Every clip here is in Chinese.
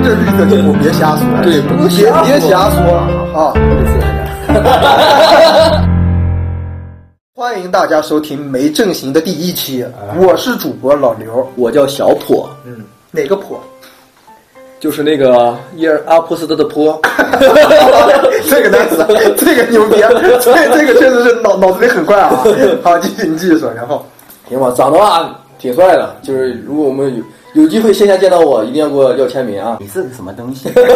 这绿色节目别瞎说， 对， 别瞎说啊！欢迎大家收听没正形的第1期，我是主播老刘， 我叫小坡， 哪个坡？ 就是那个伊尔阿波斯特的坡。 这个单词，这个牛逼，这个确实是脑子里很快啊。好，你继续说，然后行吧，长得吧挺帅的，就是如果我们有机会线下见到我，一定要给我要签名啊！ 你是个什么东西？ 这个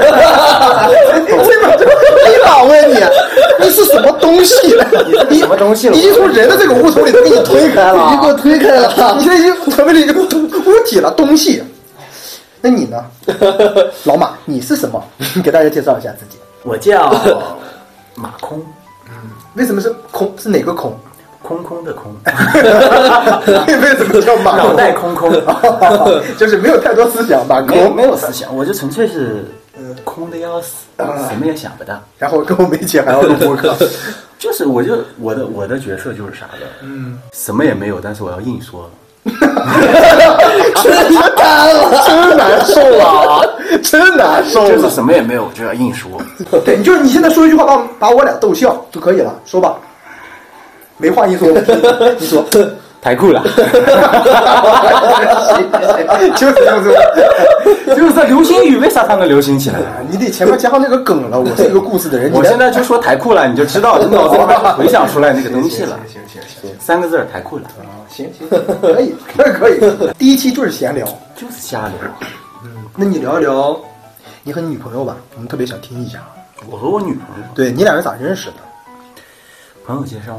你老问你是什么东西了？ 你什么东西了？ 你已经从人的这个物种里头给你推开了， 你给我推开了， 你现在已经成为了一个物体了，东西。那你呢，老马？你是什么？给大家介绍一下自己。 我叫马空。 为什么是空？是哪个空？ 空空的空。 为什么叫马空？ 脑袋空空， 就是没有太多思想，马空没有思想，我就纯粹是空的要死，什么也想不到。 然后跟我们一起还要录播客。 就是我的角色就是啥的，什么也没有，但是我要硬说了。 真难受啊！真难受， 就是什么也没有，就要硬说。 对，你就是你现在说一句话把我俩逗笑就可以了，说吧。没话一说，你说太酷了。就是这流行语为啥它能流行起来？ 你得前面加上那个梗了。我是一个故事的人， 我现在就说太酷了，你就知道你脑子里面回想出来那个东西了。 行 3个字太酷了。 行，可以。第1期就是闲聊， 就是瞎聊。 那你聊一聊你和你女朋友吧，我们特别想听一下。 我和我女朋友， 对你俩是咋认识的？ 朋友介绍。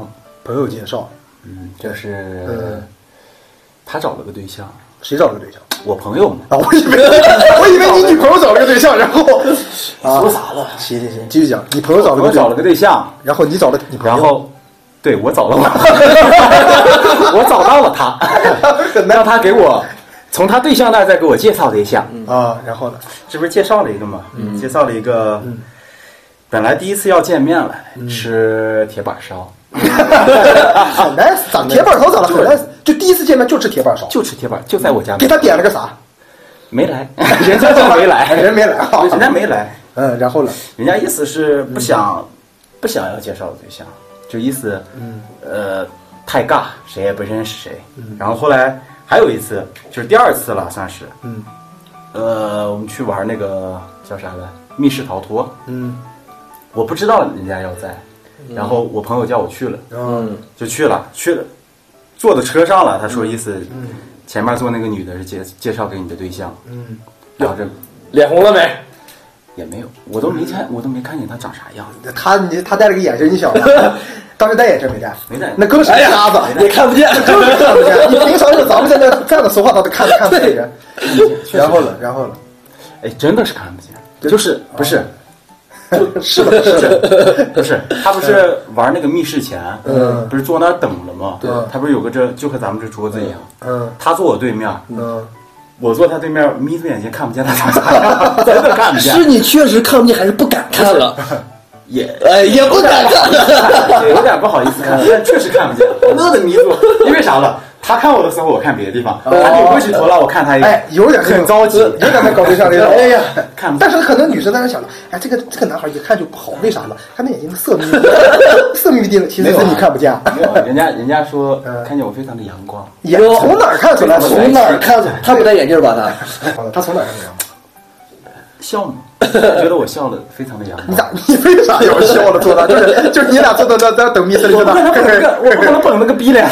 就是他找了个对象。 谁找了个对象？ 我朋友嘛。 啊，我以为你女朋友找了个对象，然后说啥了？ 行，继续讲。你朋友找了个对象， 然后你找了你朋友， 然后对我找了我找到了他，让他给我从他对象那儿再给我介绍对象啊。然后呢？ 这不是介绍了一个嘛？介绍了一个，本来第一次要见面了，吃铁板烧。 很难，咋铁板烧咋了？很难，就第一次见面就吃铁板烧， 就吃铁板，就在我家。 给他点了个啥？ 没来，人家就没来， 人没来， 人家没来。 然后呢？ 人家意思是不想要介绍对象，就意思太尬，谁也不认识谁。然后后来还有一次，就是第2次了，算是我们去玩那个叫啥来，密室逃脱。我不知道人家要在。然后我朋友叫我去了，就去了，坐到车上了。他说意思，前面坐那个女的是介绍给你的对象，然后这脸红了没？ 也没有，我都没看见他长啥样。 他戴了个眼镜，你晓得？当时戴眼镜没戴？ 没戴， 那更是个瞎子， 也看不见， 就是看不见。你平常是咱们在那站着说话，他都看不见人。然后了， 哎，真的是看不见，就是不是。 是不是他不是玩那个密室前，不是坐那儿等了吗？ 对， 他不是有个就和咱们这桌子一样，他坐我对面，我坐他对面，眯着眼睛看不见他长啥样，真的看不见。 是你确实看不见，还是不敢看了？ 也不敢看， 也有点不好意思看，但确实看不见，我乐得迷住。因为啥了？他看我的时候，我看别的地方；他扭过去头了，我看他一眼。 有点很着急， 有点在搞对象那种。哎呀， 看不见。 但是可能女生在那想了，哎，这个男孩一看就不好，为啥呢？他那眼睛色眯眯的，其实是你看不见。 没有，人家说看见我非常的阳光。 从哪儿看出来？ 从哪儿看？他不戴眼镜吧？ 他从哪儿看出来？ 笑嘛，觉得我笑的非常的阳光。 你为啥要笑了？坐那就是你俩坐在那等密室里，我不能绷那个逼脸，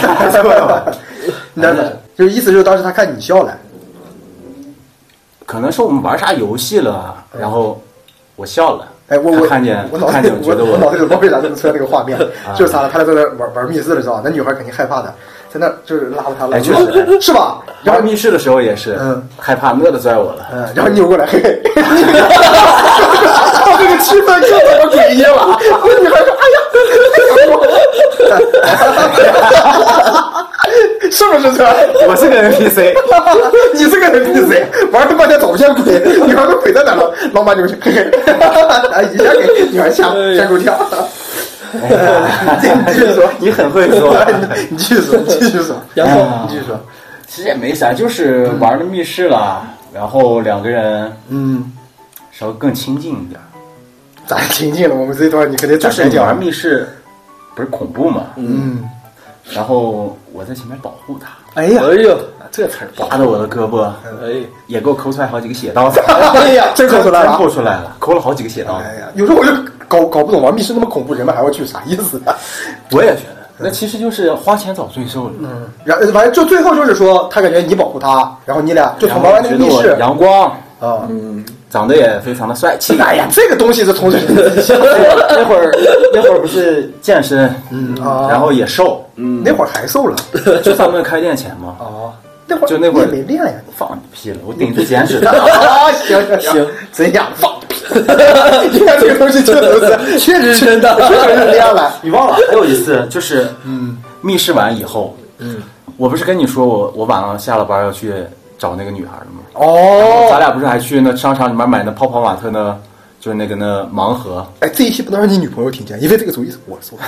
就是意思就是当时他看你笑了， 可能是我们玩啥游戏了，然后我笑了。 哎，我看见我脑子里觉得我脑子里不知道为啥就能出现那个画面，就是他在那玩密室的时候，那女孩肯定害怕的，在那就是拉着他了， 确实是吧？ 然后密室的时候也是，害怕乐得拽我了， 然后扭过来，嘿嘿，这个气氛更他妈诡异了。那女孩说：“哎呀，是不是这？ 我是个 NPC， 你是个 NPC， 玩了半天找不见鬼，女孩说鬼在哪了？老马就是嘿嘿，一下给女孩吓够呛。”你继续说， 你很会说， 你继续说，你继续说， 然后你继续说。 其实也没啥，就是玩了密室了，然后两个人， 稍微更亲近一点。 咋亲近了？我们这一段你肯定就是你玩密室，不是恐怖嘛？ 嗯。 然后我在前面保护他。 哎呀， 哎呦， 这词儿划着我的胳膊， 哎， 也给我抠出来好几个血刀子。 哎呀，真抠出来了， 抠出来了，抠了好几个血刀子。 哎呀，有时候我就搞不懂，玩密室那么恐怖，人们还要去，啥意思啊？ 我也觉得，那其实就是花钱找罪受了。 然后反正就最后就是说，他感觉你保护他，然后你俩就从玩完那个密室， 阳光啊， 长得也非常的帅气。 哎呀，这个东西是从这那会儿不是健身，然后也瘦， 那会儿还瘦了， 就咱们开店前嘛。 哦，那会儿就那会儿没练呀，你放屁了，我顶着减脂的。 行，真样放屁！你看这个东西确实是真的，确实是这样了。 你忘了？还有一次就是，密室完以后，我不是跟你说我晚上下了班要去找那个女孩了吗？ 哦， 咱俩不是还去那商场里面买那泡泡玛特呢？就是那盲盒。 哎，这一期不能让你女朋友听见，因为这个主意是我说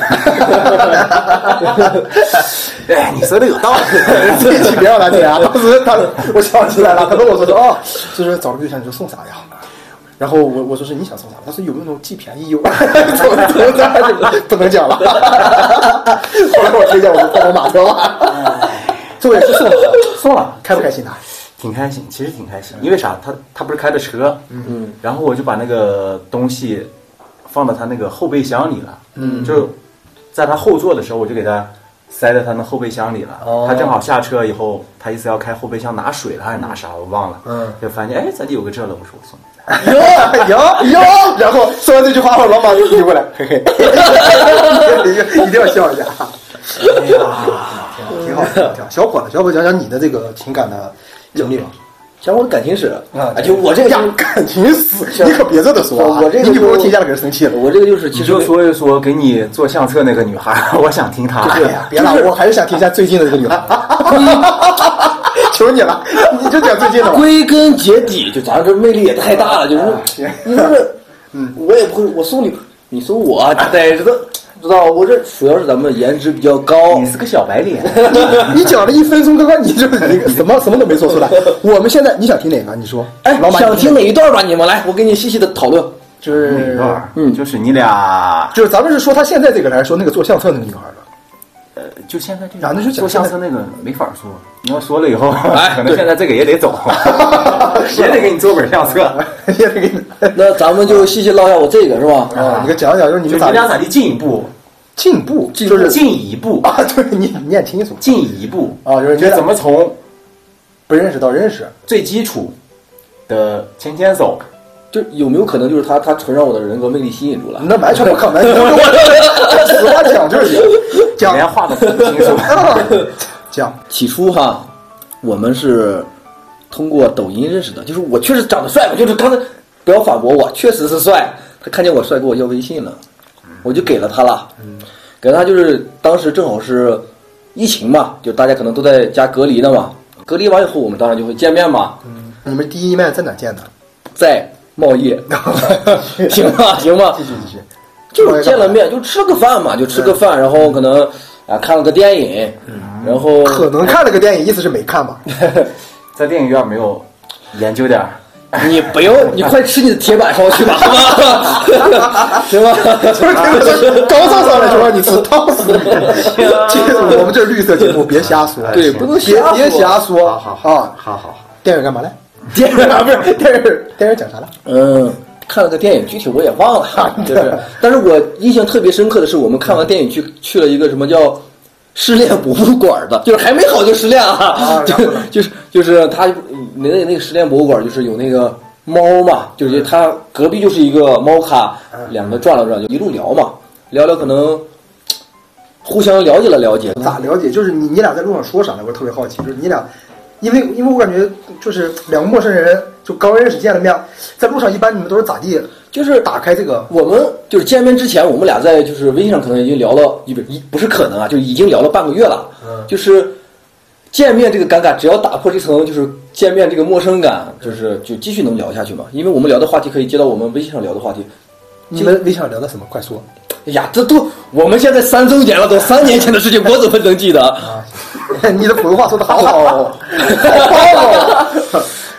的。哎，你说的有道理。 这一期别让他听啊！当时我想起来了，他跟我说就是找个对象你就送啥呀？然后我说是你想送啥？他说有那种既便宜又不能讲了。后来我推荐我们泡泡玛特了，这我也是送了，开不开心啊？ 挺开心，其实挺开心，因为啥？他不是开的车，然后我就把那个东西放到他那个后备箱里了，就在他后座的时候，我就给他塞在他那后备箱里了。他正好下车以后，他意思要开后备箱拿水了还是拿啥，我忘了。就发现咋地有个这了，我说我送你。 有，然后说完这句话后，老马就移过来，嘿嘿，一定要笑一下。哎呀，挺好。小伙子讲讲你的这个情感的经历吧。 讲我的感情史啊，就我这个感情史，你可别这么说啊！ 我这个你女朋友听见了可是生气了。 我这个就是，其实就说一说给你做相册那个女孩，我想听她。 哎呀，别了，我还是想听一下最近的这个女孩。求你了，你就讲最近的吧。 归根结底，就咱这魅力也太大了，就是你说这，我也不会，我送你，你送我，呆着的。知道我这主要是咱们颜值比较高， 你是个小白脸。 你讲了1分钟，刚刚你就是什么都没说出来。我们现在你想听哪个？你说， 哎，想听哪一段吧？你们来，我给你细细的讨论。 就是哪一段？就是你俩， 就是咱们是说他现在这个，还是说那个做相册那个女孩的？ 就现在这个， 那就做相册那个没法说。你要说了以后，可能现在这个也得走，也得给你做本相册， 也得给你。 那咱们就细细唠一下我这个是吧？ 你给讲讲，就是你们俩咋地进一步？ 就是进一步啊！对，你念清楚， 进一步啊，就是你怎么从不认识到认识， 最基础的牵牵手， 就有没有可能就是他纯让我的人格魅力吸引住了？ 那完全不可能！实话讲就是讲， 连话都不清楚。 讲起初哈，我们是通过抖音认识的，就是我确实长得帅，我就是刚才不要反驳我，确实是帅。他看见我帅，给我要微信了。我就给了他了，给了他就是当时正好是疫情嘛，就大家可能都在家隔离的嘛，隔离完以后我们当然就会见面嘛。 你们第一面在哪见的？ 在贸易。行吧， 继续， 就是见了面，就吃了个饭嘛，然后可能看了个电影，然后可能看了个电影，意思是没看吧？ 在电影院没有研究点儿。 你不用，你快吃你的铁板烧去吧，好吗？行吧， 就是高上上来就让你吃，烫死你！记住，我们这是绿色节目，别瞎说。 对，不能别瞎说。 好。 电影干嘛来？电影讲啥了？ 看了个电影，具体我也忘了，就是。但是我印象特别深刻的是，我们看完电影去了一个什么叫失恋博物馆的，就是还没好就失恋啊，就是他那个失恋博物馆就是有那个猫嘛，就是他隔壁就是一个猫咖，两个转了转就一路聊嘛，聊可能互相了解了了解。 咋了解？就是你俩在路上说啥呢？我特别好奇，就是你俩，因为我感觉就是两个陌生人就刚认识见了面，在路上一般你们都是咋地？就是打开这个， 我们就是见面之前，我们俩在就是微信上可能已经聊了不是可能啊，就已经聊了半个月了。就是见面这个尴尬，只要打破这层就是见面这个陌生感，就继续能聊下去嘛。因为我们聊的话题可以接到我们微信上聊的话题。 你们微信上聊的什么？快说！ 哎呀，这都我们现在3周年了，都3年前的事情，我怎么能记得？ 你的普通话说的好好。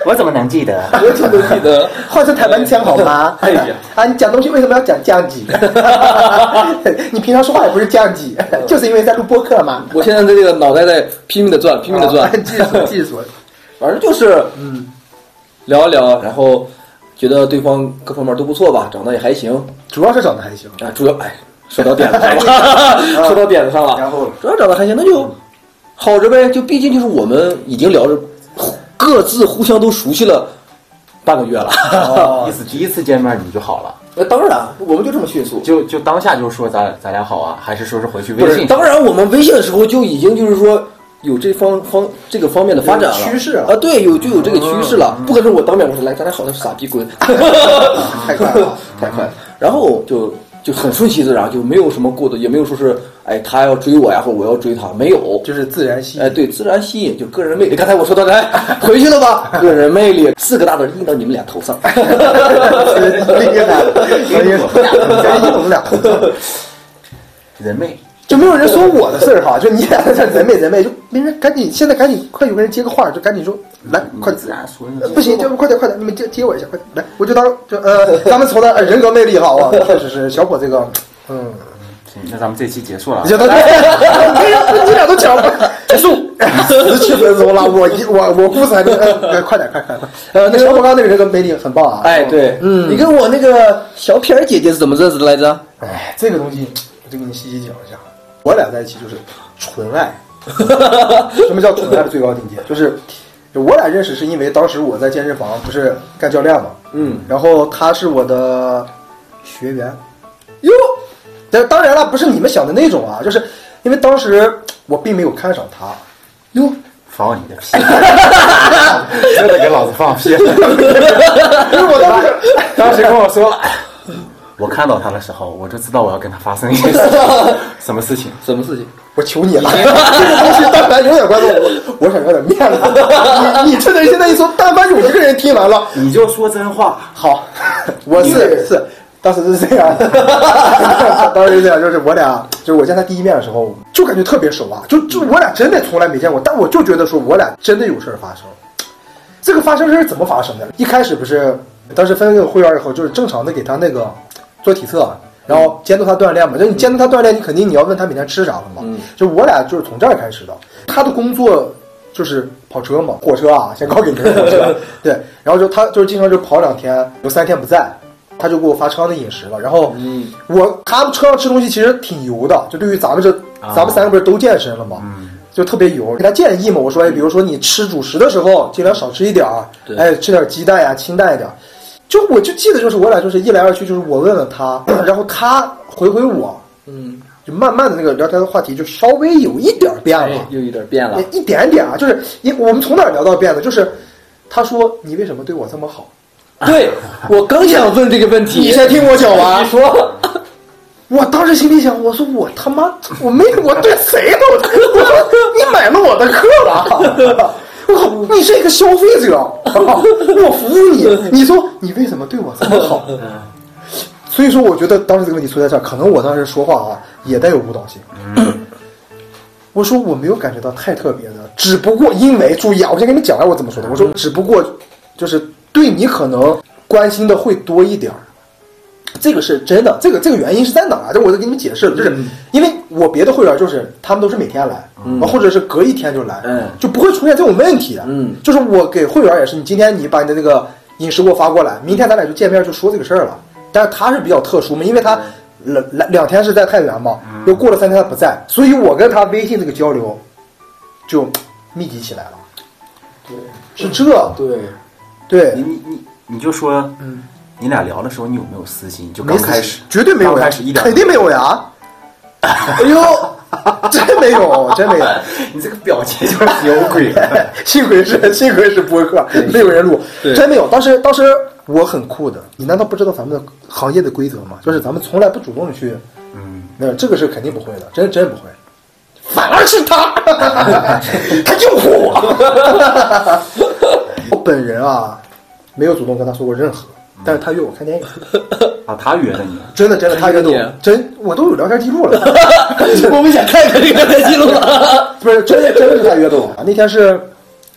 我怎么能记得？ 我怎么记得？ 换成台湾腔好吗？ 哎呀， 啊，你讲东西为什么要讲降级？你平常说话也不是降级，就是因为在录播客嘛。 我现在这个脑袋在拼命的转， 技术， 反正就是聊一聊，然后觉得对方各方面都不错吧，长得也还行， 主要是长得还行啊，主要说到点子上了，说到点子上了， 然后主要长得还行，那就好着呗，就毕竟就是我们已经聊着，各自互相都熟悉了半个月了， 意思第一次见面你就好了。 当然，我们就这么迅速， 就当下就说咱俩好啊，还是说是回去不是？ 微信？ 当然，我们微信的时候就已经就是说有这方面的发展了， 趋势啊，对，就有这个趋势了。不可能我当面我说来，咱俩好，他傻逼滚， 太快了， 太快了。然后就很顺其自然，就没有什么过的，也没有说是他要追我呀，或者我要追他，没有， 就是自然吸引。 对，自然吸引，就个人魅力。刚才我说的来回去了吧？个人魅力4个大字印到你们俩头上。 厉害了，印我们俩头上。 人魅。 就没有人说我的事儿哈，就你俩在人美，就没人赶紧，现在赶紧快有个人接个话，就赶紧说来，快自然说， 不行，就快点，你们接我一下，快点来，我就当咱们从那人格魅力好啊，确实是小伙这个， 那咱们这期结束了， 你你俩都讲了，结束，17分钟了，我故事还没，快点，那小伙刚那个人格魅力很棒啊， 对，你跟我那个小撇儿姐姐是怎么认识的来着？ 这个东西我就给你细讲一下。我俩在一起就是纯爱。什么叫纯爱的最高境界？就是我俩认识是因为当时我在健身房不是干教练嘛，然后他是我的学员。哟，但当然了，不是你们想的那种啊，就是因为当时我并没有看上他。哟， 放你的屁！真的给老子放屁！我当时跟我说了。我看到他的时候，我就知道我要跟他发生一些事情。什么事情？ 我求你了，这个东西但凡有点关注我想要点面子。你这人现在一说，但凡有一个人听完了， 你就说真话。 好，我是当时是这样，当时是这样，就是我俩，就是我见他第一面的时候，就感觉特别熟啊，就我俩真的从来没见过，但我就觉得说我俩真的有事发生。这个发生是怎么发生的？一开始不是当时分那个会员以后，就是正常的给他那个做体测，然后监督他锻炼嘛。就你监督他锻炼，你肯定你要问他每天吃啥了嘛。就我俩就是从这儿开始的。他的工作就是跑车嘛，火车啊，先告给你是火车。对，然后他就是经常就跑2天，有3天不在，他就给我发车上的饮食了。然后他车上吃东西其实挺油的，就对于咱们3个不是都健身了嘛。就特别油，给他建议嘛，我说，比如说你吃主食的时候，尽量少吃一点儿，吃点鸡蛋呀，清淡一点。我就记得就是我俩就是一来二去，就是我问问他，然后他回我，就慢慢的那个聊天的话题就稍微有一点变了， 有一点变了， 一点点啊，就是我们从哪儿聊到变的，就是他说你为什么对我这么好？ 对，我刚想问这个问题， 你先听我讲完， 你说。 我当时心里想，我说我他妈我对谁都，我说你买了我的课了，我靠，你是一个消费者，我服务你，你说你为什么对我这么好？所以说，我觉得当时这个问题出在这儿，可能我当时说话啊也带有误导性。我说我没有感觉到太特别的，只不过因为注意啊，我先跟你讲了我怎么说的，我说只不过就是对你可能关心的会多一点。这个是真的，这个原因是在哪儿？就我就给你们解释了，就是因为我别的会员就是他们都是每天来，或者是隔1天就来，就不会出现这种问题的。就是我给会员也是，你今天你把你的那个饮食给我发过来，明天咱俩就见面就说这个事儿了。但是他是比较特殊嘛，因为他2天是在太原嘛，又过了3天他不在，所以我跟他微信这个交流就密集起来了。 对， 是这，对， 你就说，你俩聊的时候，你有没有私心？就刚开始， 绝对没有呀， 刚开始一点肯定没有呀。哎呦，真没有。 你这个表情就是有鬼。 幸亏是播客，没有人录，真没有。当时我很酷的，你难道不知道咱们的行业的规则吗？就是咱们从来不主动去，那这个是肯定不会的，真不会。反而是他诱惑我。我本人啊，没有主动跟他说过任何。但是他约我看电影啊，他约的你， 真的，他约的我，我都有聊天记录了。 我们想看看这个聊天记录了， 不是真的是他约的我。那天是看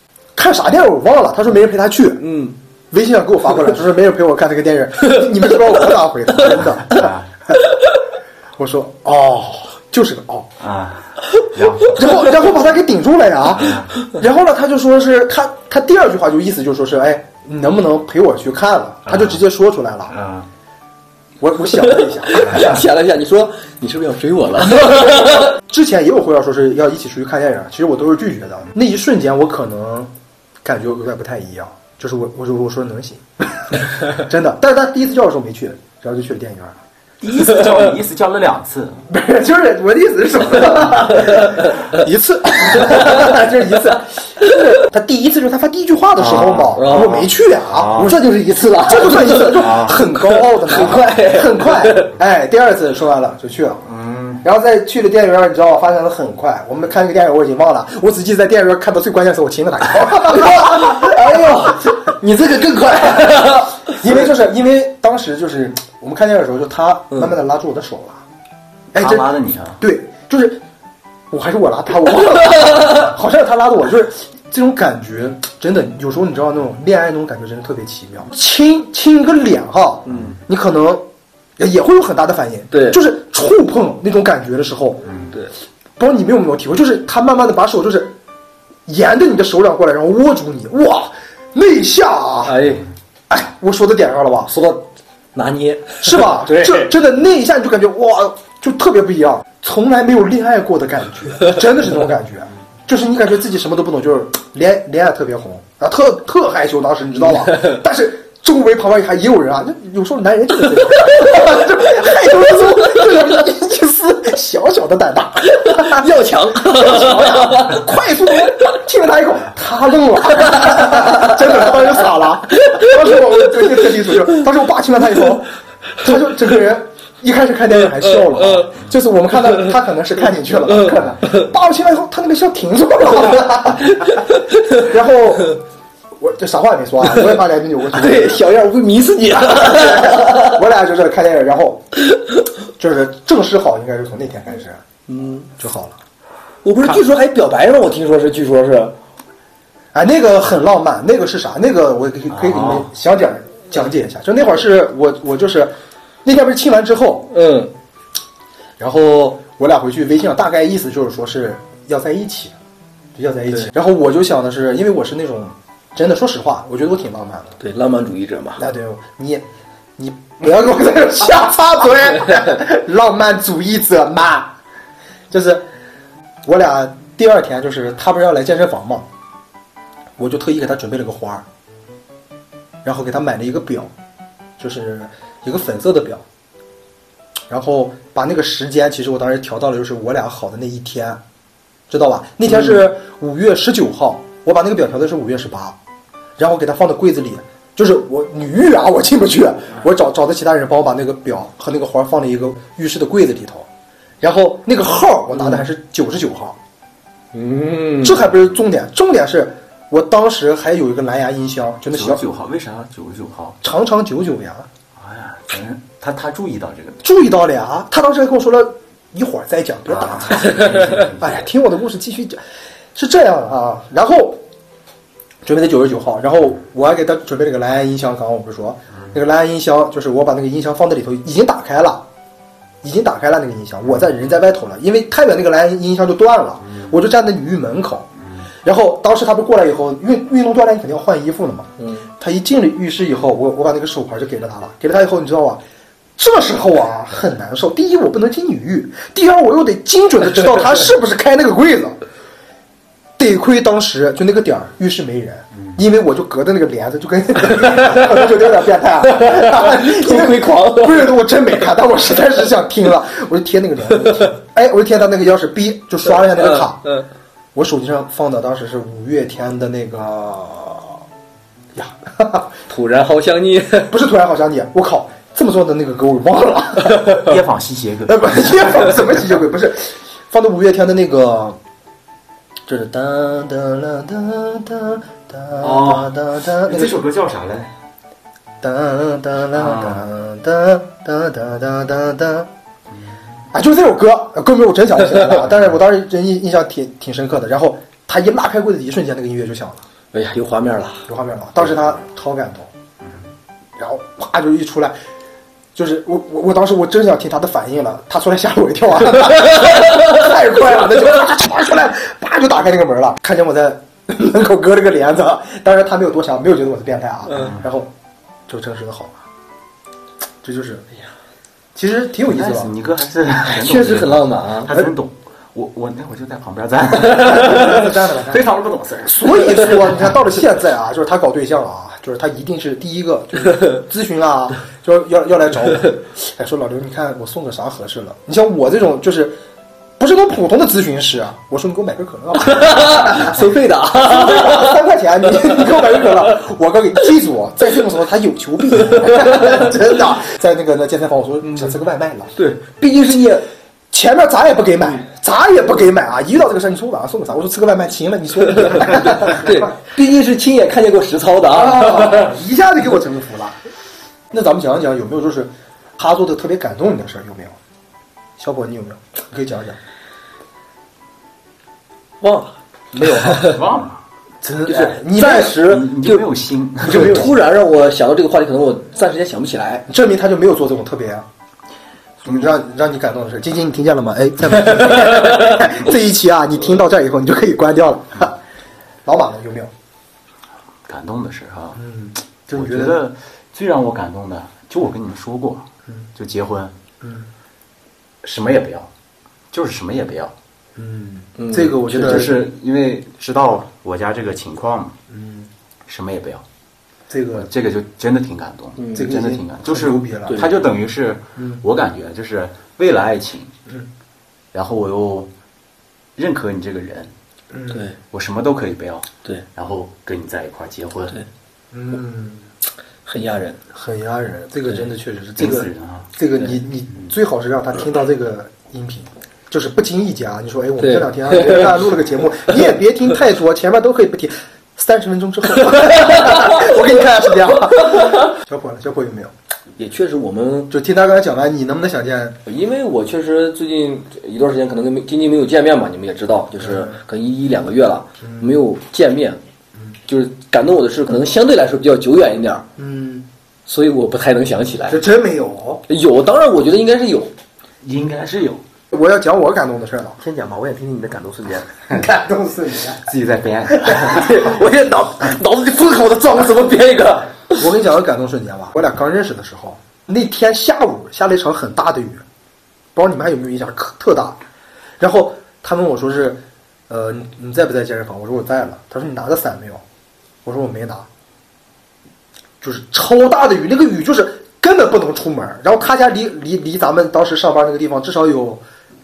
看啥电影我忘了，他说没人陪他去，微信上给我发过来，说没人陪我看这个电影，你们知道我咋回的？真的。我说哦，就是个哦啊， 然后把他给顶住了呀。然后呢，他就说是他第二句话就意思就说是哎，你能不能陪我去看了？他就直接说出来了。我想了一下， 想了一下，你说你是不是要追我了？ 之前也有会要说是要一起出去看电影，其实我都是拒绝的。那一瞬间我可能感觉有点不太一样，就是我说能行，真的。但是他第一次叫的时候没去，然后就去了电影院。 第一次叫你意思叫了2次， 不是，就是我的意思是什么呢？一次，就是一次。就是他第一次就是他发第一句话的时候嘛，我没去啊，这就是一次了，这就算一次，就很高傲的，很快，哎，第二次说完了就去了，然后再去了电影院，你知道吗？发现的很快。我们看这个电影我已经忘了，我只记得在电影院看到最关键的时候，我亲了他一口。 哎呦，你这个更快， 因为当时就是我们看电影的时候，就他慢慢的拉住我的手了，哎， 他拉的你啊？ 对，就是还是我拉他，我忘了，好像是他拉的我，就是这种感觉，真的有时候你知道那种恋爱那种感觉真的特别奇妙。亲个脸哈，你可能也会有很大的反应， 对， 就是触碰那种感觉的时候， 对， 不知道你们有没有体会，就是他慢慢的把手就是沿着你的手掌过来，然后握住你，哇，那下啊，哎，我说到点上了吧？ 说到拿捏是吧？ 对， 这真的那一下你就感觉哇，就特别不一样，从来没有恋爱过的感觉，真的是这种感觉，就是你感觉自己什么都不懂，就是恋爱特别红啊，特害羞，当时你知道吧？但是周围旁边还也有人啊，有时候男人就是这样，就害羞的时候就是一丝小小的胆大， 要强， 快速亲了他一口，他愣了，真的，当时傻了。当时我记得特清楚，就是当时我爸亲了他一口，他就整个人一开始看电影还笑了，就是我们看到他可能是看进去了，可能爸亲了以后，他那个笑停住了，然后我这啥话也没说啊，我也把脸扭过去， 对，小样我会迷死你。 我俩就是看电影，然后就是正式好，应该是从那天开始，就好了。 我不是据说还表白吗？我听说是，据说是， 哎，那个很浪漫，那个是啥？那个我可以给你们详讲解一下。就那会儿是我就是那天不是亲完之后，然后我俩回去微信上大概意思就是说是要在一起，就要在一起。然后我就想的是，因为我是那种真的说实话，我觉得我挺浪漫的。 对，浪漫主义者嘛。 那对你不要跟我在这瞎插嘴，浪漫主义者嘛，就是我俩第二天就是他不是要来健身房嘛，我就特意给他准备了个花，然后给他买了一个表，就是一个粉色的表，然后把那个时间，其实我当时调到了就是我俩好的那一天，知道吧？那天是5月19号，我把那个表调的是5月18，然后给他放在柜子里。就是我女浴啊，我进不去，我找的其他人帮我把那个表和那个花放在一个浴室的柜子里头，然后那个号我拿的还是99号，这还不是重点，重点是我当时还有一个蓝牙音箱，就那小 99号，为啥99号？ 长99呀！ 哎呀，真他注意到这个， 注意到了呀，他当时还跟我说了一会儿再讲，别打岔。哎呀，听我的故事继续讲，是这样啊，然后。准备的99号，然后我还给他准备了个蓝牙音箱。刚刚我不是说，那个蓝牙音箱就是我把那个音箱放在里头，已经打开了那个音箱。我人在外头了，因为太远那个蓝牙音箱就断了，我就站在女浴门口。然后当时他不是过来以后，因为运动锻炼你肯定要换衣服了嘛。他一进了浴室以后，我把那个手牌就给了他了。给了他以后，你知道吧？这时候啊很难受。第一，我不能进女浴；第二，我又得精准的知道他是不是开那个柜子。得亏当时就那个点儿浴室没人，因为我就隔着那个帘子，就跟可能就有点变态啊， 偷窥狂。 不是，我真没看，但我实在是想听了，我就贴那个帘子，哎，我就贴他那个钥匙逼，就刷了一下那个卡。我手机上放的当时是5月天的那个呀， 突然好想你， 不是突然好想你，我靠，这么重要的那个歌我忘了。 夜访吸血鬼， 不是夜访什么吸血鬼，不是放的5月天的那个。这是哒哒啦哒哒哒哒哒， 这首歌叫啥来？ 哒哒啦哒哒哒哒哒哒，啊，就是这首歌，歌名我真想不起来了，但是我当时真印象挺深刻的。然后他一拉开柜子，一瞬间那个音乐就响了， 哎呀，有画面了， 有画面了。当时他超感动，然后啪就一出来，就是我当时我真想听他的反应了，他出来吓了我一跳啊，太快了，那就啪出来，啪就打开那个门了，看见我在门口搁了个帘子，当然他没有多想，没有觉得我是变态啊，然后就正式的好了，这就是哎呀，其实挺有意思的。 你哥还是确实很浪漫啊， 他真懂。我那会就在旁边站，非常不懂事儿。 所以说，你看到了现在啊，就是他搞对象啊，就是他一定是第一个就是咨询啊，就要来找我。哎，说老刘，你看我送个啥合适了？你像我这种就是不是那种普通的咨询师啊，我说你给我买个可乐吧， 收费的啊 ，3块钱，你给我买个可乐。我告诉你，记住，在这种时候他有求必应，真的。在那健身房，我说想吃个外卖了。 对，毕竟是你。 前面咱也不给买，咱也不给买啊！一遇到这个事儿，你说晚上送个啥？我说吃个外卖，行了，你说对，毕竟是亲眼看见过实操的啊， 一下就给我征服了。那咱们讲一讲有没有就是他做的特别感动你的事儿？有没有？小伙，你有没有？你可以讲讲。 忘了，没有哈， 忘了。 真就是你暂时你就没有心， 就突然让我想到这个话题，可能我暂时间想不起来。 证明他就没有做这种特别让你感动的事。晶晶，你听见了吗？哎，在这一期啊，你听到这儿以后，你就可以关掉了。老马呢？有没有感动的事哈？ 就我觉得最让我感动的，就我跟你们说过，就结婚，什么也不要，就是什么也不要。 这个我觉得就是因为知道我家这个情况嘛，什么也不要。这个就真的挺感动，这个真的挺感动，就是它就等于是，我感觉就是为了爱情，然后我又认可你这个人， 对， 我什么都可以不要， 对， 然后跟你在一块儿结婚， 对，很压人， 很压人，这个真的确实是这个人啊， 这个你最好是让他听到这个音频。就是不经意间啊，你说哎，我们这2天啊录了个节目，你也别听太多，前面都可以不听。30分钟之后，我给你看下时间啊。小伙有没有？ 也确实，我们就听他刚才讲完，你能不能想见？ 因为我确实最近一段时间可能跟晶晶没有见面嘛，你们也知道，就是可能1-2个月了，没有见面，就是感动我的事可能相对来说比较久远一点，所以我不太能想起来。 这真没有？ 有，当然我觉得应该是有， 应该是有。 我要讲我感动的事了， 先讲吧，我也听听你的感动瞬间。 感动瞬间， 自己在编。 我现在脑子里疯狂的转，我怎么编一个？ 我跟你讲个感动瞬间吧。我俩刚认识的时候，那天下午下了一场很大的雨，不知道你们还有没有印象，特大。然后他问我说是，你在不在健身房？我说我在了。他说你拿着伞没有？我说我没拿。就是超大的雨，那个雨就是根本不能出门。然后他家离咱们当时上班那个地方至少有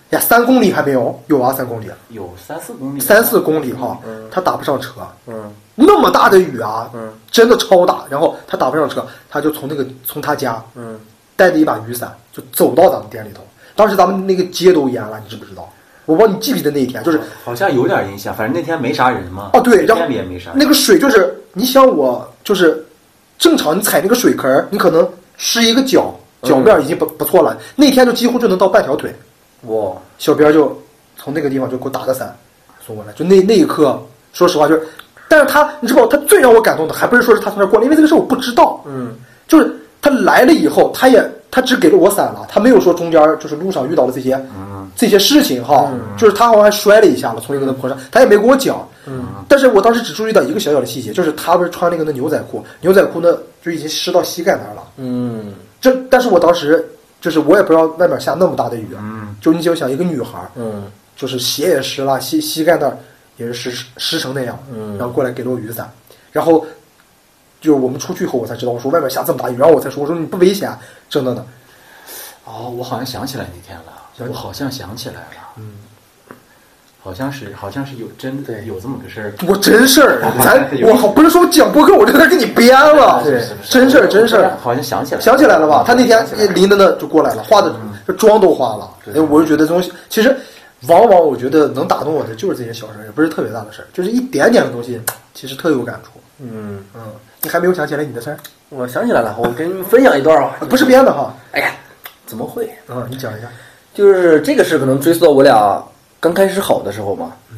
3公里还没有，有啊3公里， 有3-4公里 ，3-4公里哈，他打不上车，那么大的雨啊，真的超大，然后他打不上车，他就从他家，带着一把雨伞就走到咱们店里头，当时咱们那个街都淹了，你知不知道？我不知道你记不记得那一天，就是好像有点印象，反正那天没啥人嘛。 哦对，然后也没啥人， 那个水就是你想我就是正常你踩那个水坑，你可能湿一个脚面已经不错了，那天就几乎就能到半条腿。哇！小编就从那个地方就给我打个伞送过来，就那一刻，说实话就是，但是你知道他最让我感动的还不是说是他从那儿过来，因为这个事我不知道，就是他来了以后，他只给了我伞了，他没有说中间就是路上遇到了这些事情哈，就是他好像还摔了一下了，从一个坡上，他也没给我讲，但是我当时只注意到一个小小的细节，就是他不是穿那个牛仔裤呢就已经湿到膝盖那儿了，但是我当时就是我也不知道外面下那么大的雨，就你就想一个女孩，就是鞋也湿了，膝盖那儿也是湿成那样，然后过来给了我雨伞，然后就我们出去以后我才知道，我说外面下这么大雨，然后我才说，我说你不危险，真的呢。 哦，我好像想起来那天了，我好像想起来了，好像是有真的有这么个事儿， 我真事儿，我不是说讲播客，我就在跟你编了，真事儿， 好像想起来了吧？他那天淋的呢就过来了，化的这妆都化了，我就觉得这东西其实往往我觉得能打动我的就是这些小事，也不是特别大的事儿，就是一点点的东西，其实特有感触。你还没有想起来你的事儿？ 我想起来了，我跟你们分享一段啊， 不是编的哈。 哎呀，怎么会？ 你讲一下。 就是这个事可能追溯到我俩刚开始好的时候嘛，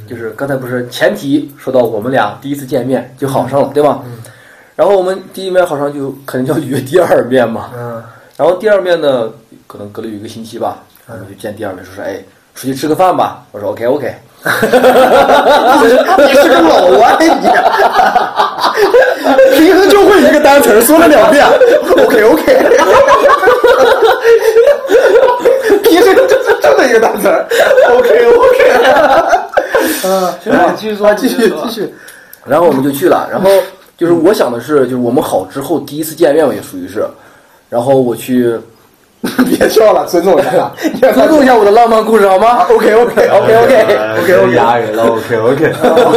就是刚才不是前提说到我们俩第一次见面就好上了，对吧？然后我们第一面好上就肯定就要约第二面嘛。然后第二面呢，可能隔了有1个星期吧，我们就见第二面，说哎，出去吃个饭吧。我说 OK。 你是个老歪你，平时就会一个单词说了2遍 OK， 平时就这么一个单词 OK。继续。 然后我们就去了，然后就是我想的是，就是我们好之后第一次见面嘛，也属于是，然后我去。 别笑了，尊重一下， 尊重一下我的浪漫故事好吗 ？OK， 压人了 OK。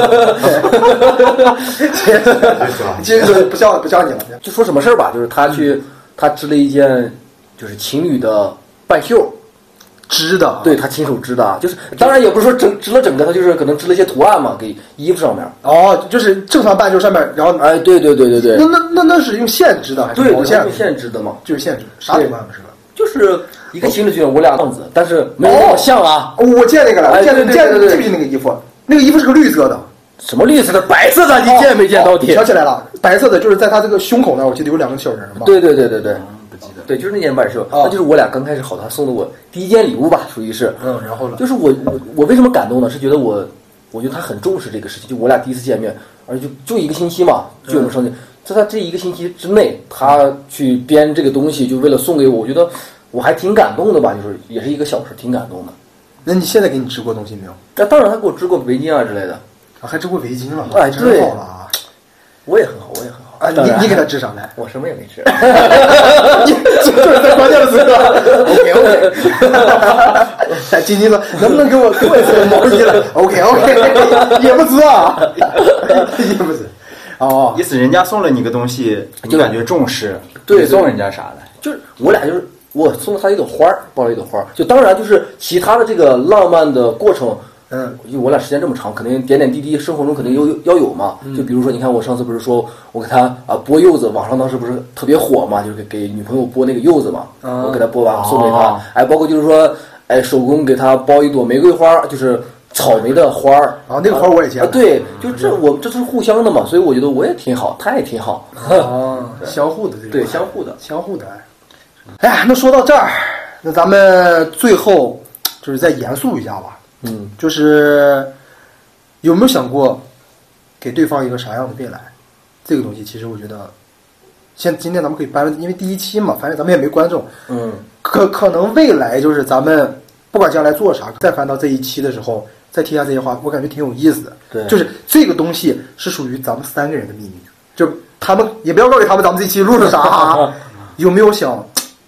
接着说，不笑你了。 就说什么事儿吧，就是他织了一件就是情侣的半袖。 织的， 对，他亲手织的，就是当然也不是说织了整个，他就是可能织了一些图案嘛，给衣服上面。 哦，就是正常半袖上面，然后哎，对。 那是用线织的还是毛线？ 用线织的嘛， 就是线织，啥图案不是？ 就是一个情侣裙，我俩样子，但是没有那么像啊。 我见那个了，见对， 记不记那个衣服？那个衣服是个绿色的。 什么绿色的？白色的，你见没见到底？ 想起来了，白色的，就是在他这个胸口那儿，我记得有2个小人嘛。 对。 不记得。 对，就是那件半袖，那就是我俩刚开始好，他送的我第一件礼物吧，属于是。 然后呢？ 就是我为什么感动呢？是觉得我觉得他很重视这个事情，就我俩第一次见面，而且就1个星期嘛，就我们上去，在他这1个星期之内，他去编这个东西，就为了送给我，我觉得我还挺感动的吧，就是也是一个小事，挺感动的。 那你现在给你织过东西没有？ 那当然，他给我织过围巾啊之类的。 还织过围巾了？ 哎，对， 好了啊！ 我也很好。 啊，你给他织上来， 我什么也没织。 就是在关键的时刻 ，OK。晶晶说：“能不能给我一件毛衣了 ？OK， 也不织啊，也不织。哦， 意思人家送了你个东西，就感觉重视， 对， 送人家啥的， 就是我俩就是我送了他一朵花，包了一朵花，就当然就是其他的这个浪漫的过程。就我俩时间这么长，肯定点点滴滴生活中肯定要有嘛。就比如说，你看我上次不是说我给他剥柚子，网上当时不是特别火嘛，就是给女朋友剥那个柚子嘛。我给他剥完送给他，哎，包括就是说，哎，手工给他包一朵玫瑰花，就是草莓的花儿。 啊，那个花我也见过。 对，就这是互相的嘛，所以我觉得我也挺好，他也挺好。 相互的这个。 对，相互的。 哎呀，那说到这儿，那咱们最后就是再严肃一下吧。就是有没有想过给对方一个啥样的未来？这个东西其实我觉得，今天咱们可以搬，因为第1期嘛，反正咱们也没观众。可能未来就是咱们不管将来做啥，再翻到这1期的时候，再提下这些话，我感觉挺有意思的。 对， 就是这个东西是属于咱们3个人的秘密，就他们也不要告诉他们咱们这期录了啥啊。有没有想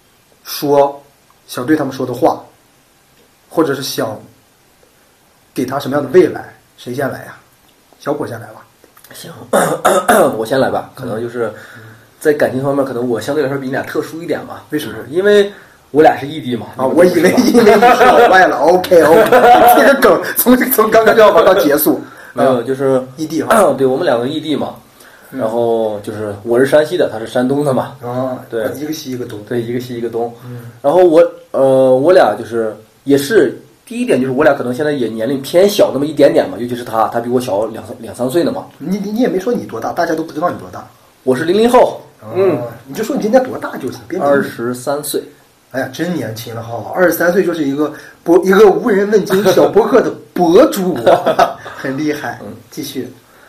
对他们说的话，或者是想给他什么样的未来？谁先来呀？小果先来吧。 行，我先来吧。可能就是在感情方面，可能我相对来说比你俩特殊一点吧。 为什么？ 因为我俩是异地嘛。 啊，我以为你说坏了。OK， 这个梗从刚刚就要玩到结束。 没有，就是异地哈。 对，我们2个异地嘛。然后就是我是山西的，他是山东的嘛。对， 一个西一个东。 对，一个西一个东。然后我俩就是也是。第一点就是我俩可能现在也年龄偏小那么一点点嘛，尤其是他比我小两三岁呢嘛。 你也没说你多大，大家都不知道你多大。 我是00后。 你就说你今年多大就行，别 23岁。 哎呀，真年轻了哈！23岁就是一个无人问津小博客的博主，很厉害。继续。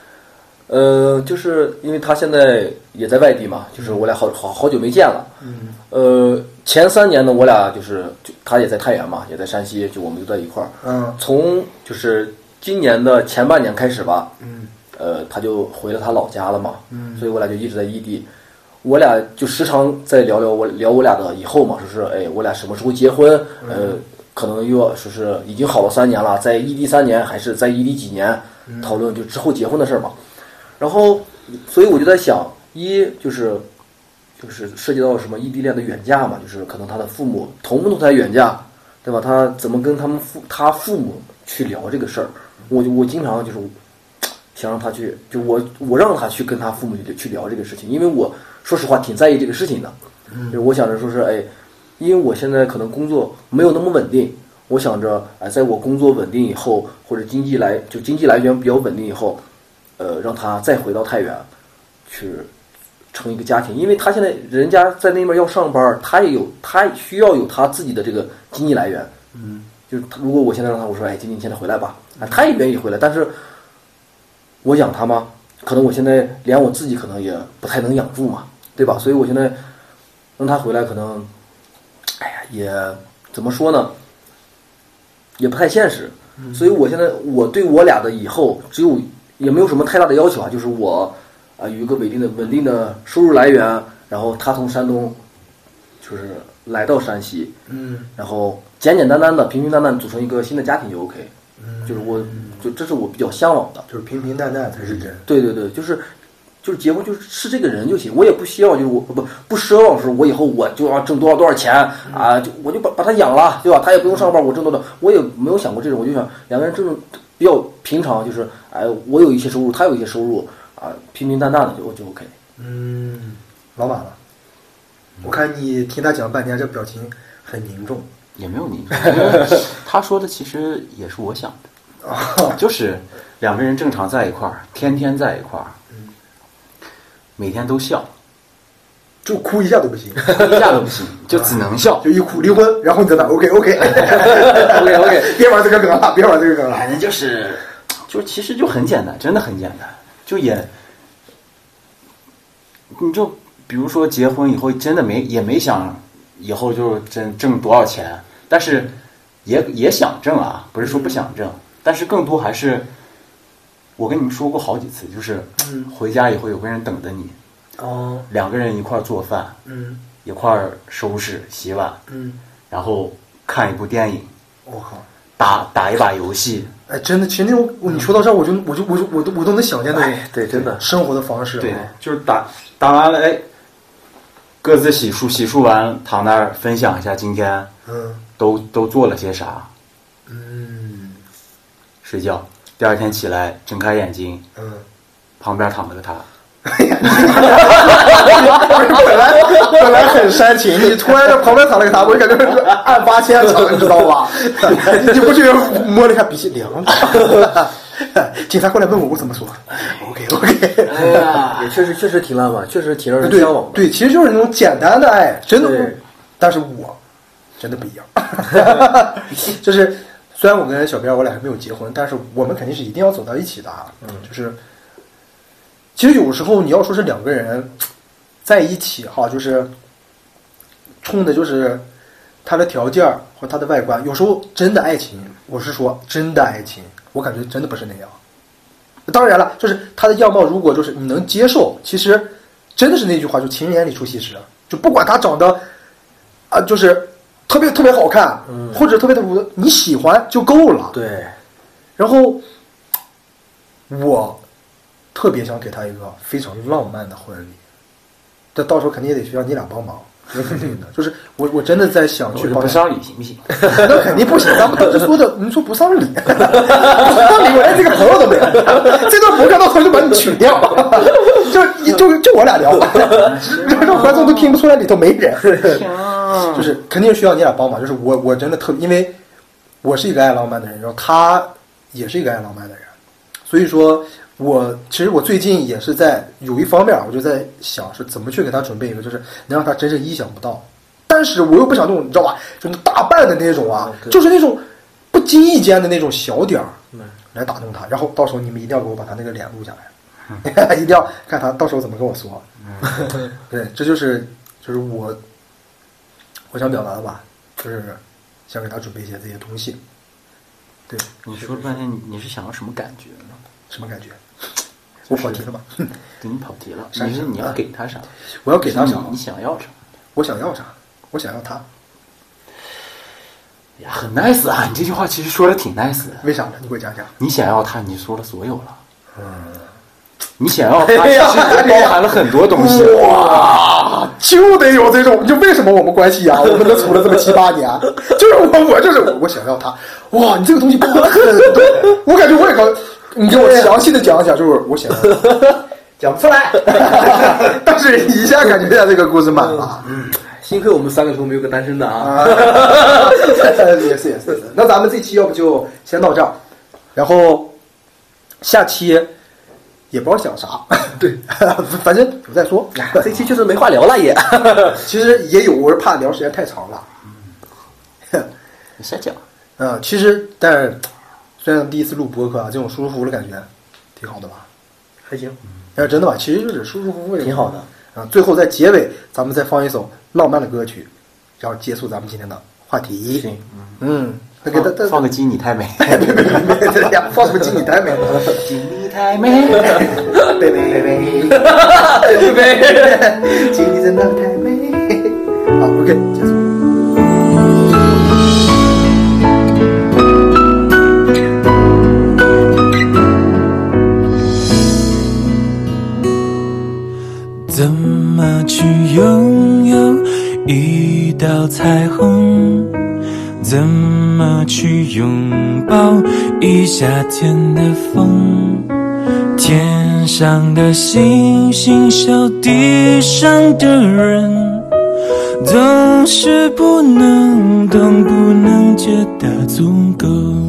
就是因为他现在也在外地嘛，就是我俩好久没见了。前3年呢，我俩就他也在太原嘛，也在山西，就我们就在一块儿。从就是今年的前半年开始吧，他就回了他老家了嘛。所以我俩就一直在异地。我俩就时常在聊我俩的以后嘛，说是哎，我俩什么时候结婚？可能又要说是已经好了3年了，在异地3年还是在异地几年，讨论就之后结婚的事嘛。然后，所以我就在想，就是涉及到什么异地恋的远嫁嘛，就是可能他的父母同不同台远嫁，对吧？他怎么跟他父母去聊这个事儿？我经常就是想让他去，就我让他去跟他父母去聊这个事情，因为我说实话挺在意这个事情的。就是我想着说是哎，因为我现在可能工作没有那么稳定， 我想着在我工作稳定以后，或者经济来源比较稳定以后，让他再回到太原去成一个家庭，因为他现在人家在那边要上班，他需要有他自己的这个经济来源。就是如果我现在让他我说今天你现在回来吧，他也愿意回来，但是我养他吗？可能我现在连我自己可能也不太能养住嘛，对吧？所以我现在让他回来，可能也怎么说呢，也不太现实。所以我现在我对我俩的以后也没有什么太大的要求啊，就是我有一个稳定的收入来源，然后他从山东就是来到山西，然后简简单单的平平淡淡组成一个新的家庭就 OK。就是这是我比较向往的， 就是平平淡淡才是真。 对对对，就是结婚就是这个人就行，我也不希望就是我不奢望说我以后我就要挣多少钱啊，我就把他养了，对吧？他也不用上班，我挣多少，我也没有想过这种，我就想两个人这种比较平常，就是我有一些收入，他有一些收入啊，平平淡淡的就 OK。 老马了，我看你听他讲半天，这表情很凝重。 也没有凝重，因为他说的其实也是我想的，就是两个人正常在一块儿，天天在一块儿，每天都笑， 就哭一下都不行， 哭一下都不行，就只能笑， 就一哭离婚，然后你在那 OK， 别玩这个梗了，别玩这个梗了。 反正就其实就很简单，真的很简单，你就比如说结婚以后，真的也没想以后就挣多少钱，但是也想挣啊，不是说不想挣，但是更多还是我跟你们说过好几次，就是回家以后有个人等着你，两个人一块儿做饭，一块儿收拾洗碗，然后看一部电影， 我靠， 打一把游戏。 真的，其实那种你说到这儿，我都能想见那种对，真的生活的方式。 对，就是打完了，各自洗漱完，躺那儿分享一下今天，都做了些啥，睡觉，第二天起来睁开眼睛，旁边躺了个他。 本来很煽情，你突然在旁边躺了个他，我就感觉是暗发千层，你知道吧？你不去摸了一下鼻息凉着。警察过来问我怎么说 ，OK， 哎呀，也确实挺浪漫，确实挺让人向往的。 对，其实就是那种简单的爱，真的。但是我真的不一样，就是虽然我跟小编我俩还没有结婚，但是我们肯定是一定要走到一起的啊。就是其实有时候你要说是两个人在一起哈，就是冲的就是他的条件或他的外观，有时候真的爱情，我是说真的爱情，我感觉真的不是那样。当然了，就是他的样貌，如果就是你能接受，其实真的是那句话，就情人眼里出西施，就不管他长得就是特别好看，或者特别的你喜欢就够了。 对。 然后我特别想给他一个非常浪漫的婚礼，这到时候肯定也得需要你俩帮忙。那肯定的，就是我真的在想去不上礼行不行？ 那肯定不行，咱们当时说的，你说不上礼，不上礼，我连这个朋友都没有，这段博客到时候就把你取掉，就我俩聊，让观众都听不出来里头没人，就是肯定需要你俩帮忙。就是我真的因为我是一个爱浪漫的人，然后他也是一个爱浪漫的人，所以说。其实我最近也是在有一方面，我就在想是怎么去给他准备一个，就是能让他真正意想不到，但是我又不想那种你知道吧，就大半的那种啊，就是那种不经意间的那种小点儿来打动他，然后到时候你们一定要给我把他那个脸录下来，一定要看他到时候怎么跟我说。对，这就是我想表达的吧，就是想给他准备一些这些东西。对， 你说了半天，你是想要什么感觉呢？ 什么感觉？我跑题了吧？ 对，你跑题了。你要给他啥？ 我要给他啥？ 你想要啥？ 我想要啥？我想要他。 呀，很 nice 啊！你这句话其实说的挺 nice 的。 为啥呢？你给我讲讲。 你想要他，你说了所有了。你想要他，其实包含了很多东西。 哇，就得有这种。就为什么我们关系啊，我们都处了这么7、8年，就是我想要他。哇，你这个东西包含很多，我感觉我也搞。你给我详细的讲一讲，就是我想要讲不出来，但是一下感觉下这个故事满了。 幸亏我们3个中没有个单身的啊。 也是。那咱们这期要不就先到这儿，然后下期也不知道讲啥，对，反正有再说。 这期就是没话聊了也。 其实也有，我是怕聊时间太长了。 你瞎讲。 其实但是虽然第一次录播客啊，这种舒舒服服的感觉挺好的吧？ 还行。 真的吧，其实就是舒舒服服的， 挺好的。 最后在结尾，咱们再放一首浪漫的歌曲，然后结束咱们今天的话题。 行， 那给放个鸡你太美， 别呀，放个鸡你太美， 鸡你太美， 贝，鸡你真的太美。好 ，OK， 结束。 怎么去拥有一道彩虹？怎么去拥抱一夏天的风？天上的星星笑地上的人，总是不能懂，不能觉得足够。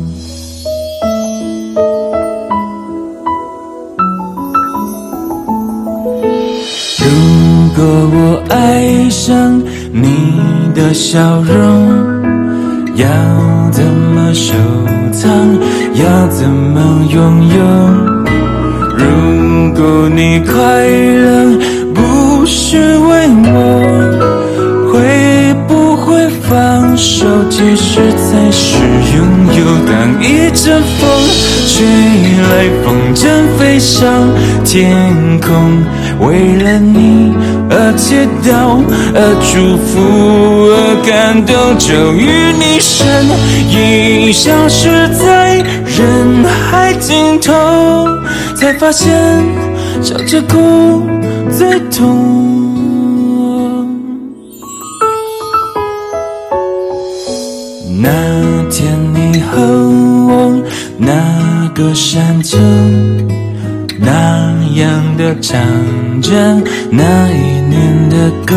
如果我爱上你的笑容，要怎么收藏？要怎么拥有？如果你快乐不是为我，会不会放手？其实才是拥有。当一阵风吹来，风筝飞上天空，为了你而祈祷，而祝福，而感动，终于你身影消失在人海尽头，才发现笑着哭最痛。那天你和我那个山丘，那样的唱着那一年的歌，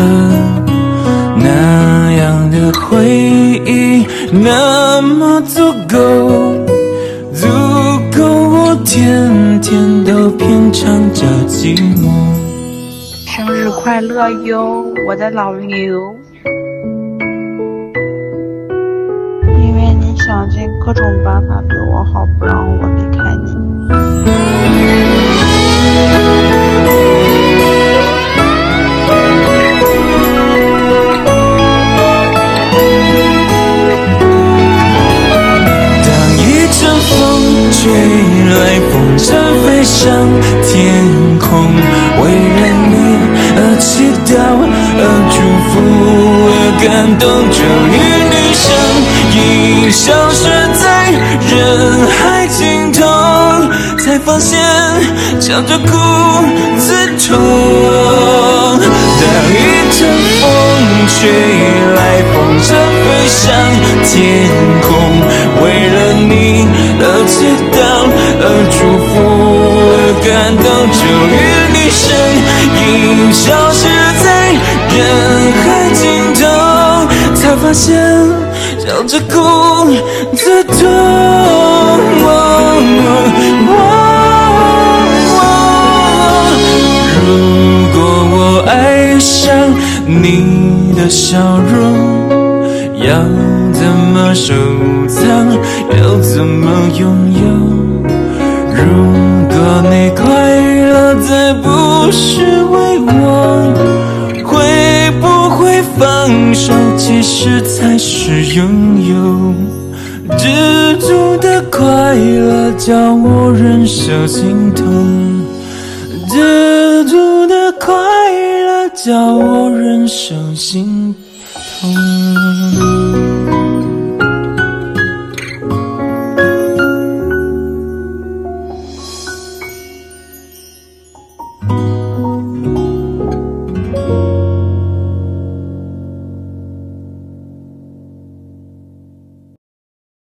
那样的回忆那么足够，足够我天天都品尝着寂寞。 生日快乐哟，我的老刘！因为你想尽各种办法对我好，不让我离开你。 当一阵风吹来，风筝飞上天空，为了你而祈祷，而祝福，而感动，终于你身影消失在人海尽头，才发现笑着哭最痛。当一阵风吹来，风筝飞上天空，为了你而祈祷，而祝福，而感动，终于你身影消失在人海尽头，才发现笑着哭最痛。如果我爱上你的笑容，要怎么收藏？要怎么拥有？如果你快乐再不是为我，会不会放手？其实才是拥有。知足的快乐叫我忍受心痛，知足的快乐叫我忍受心痛。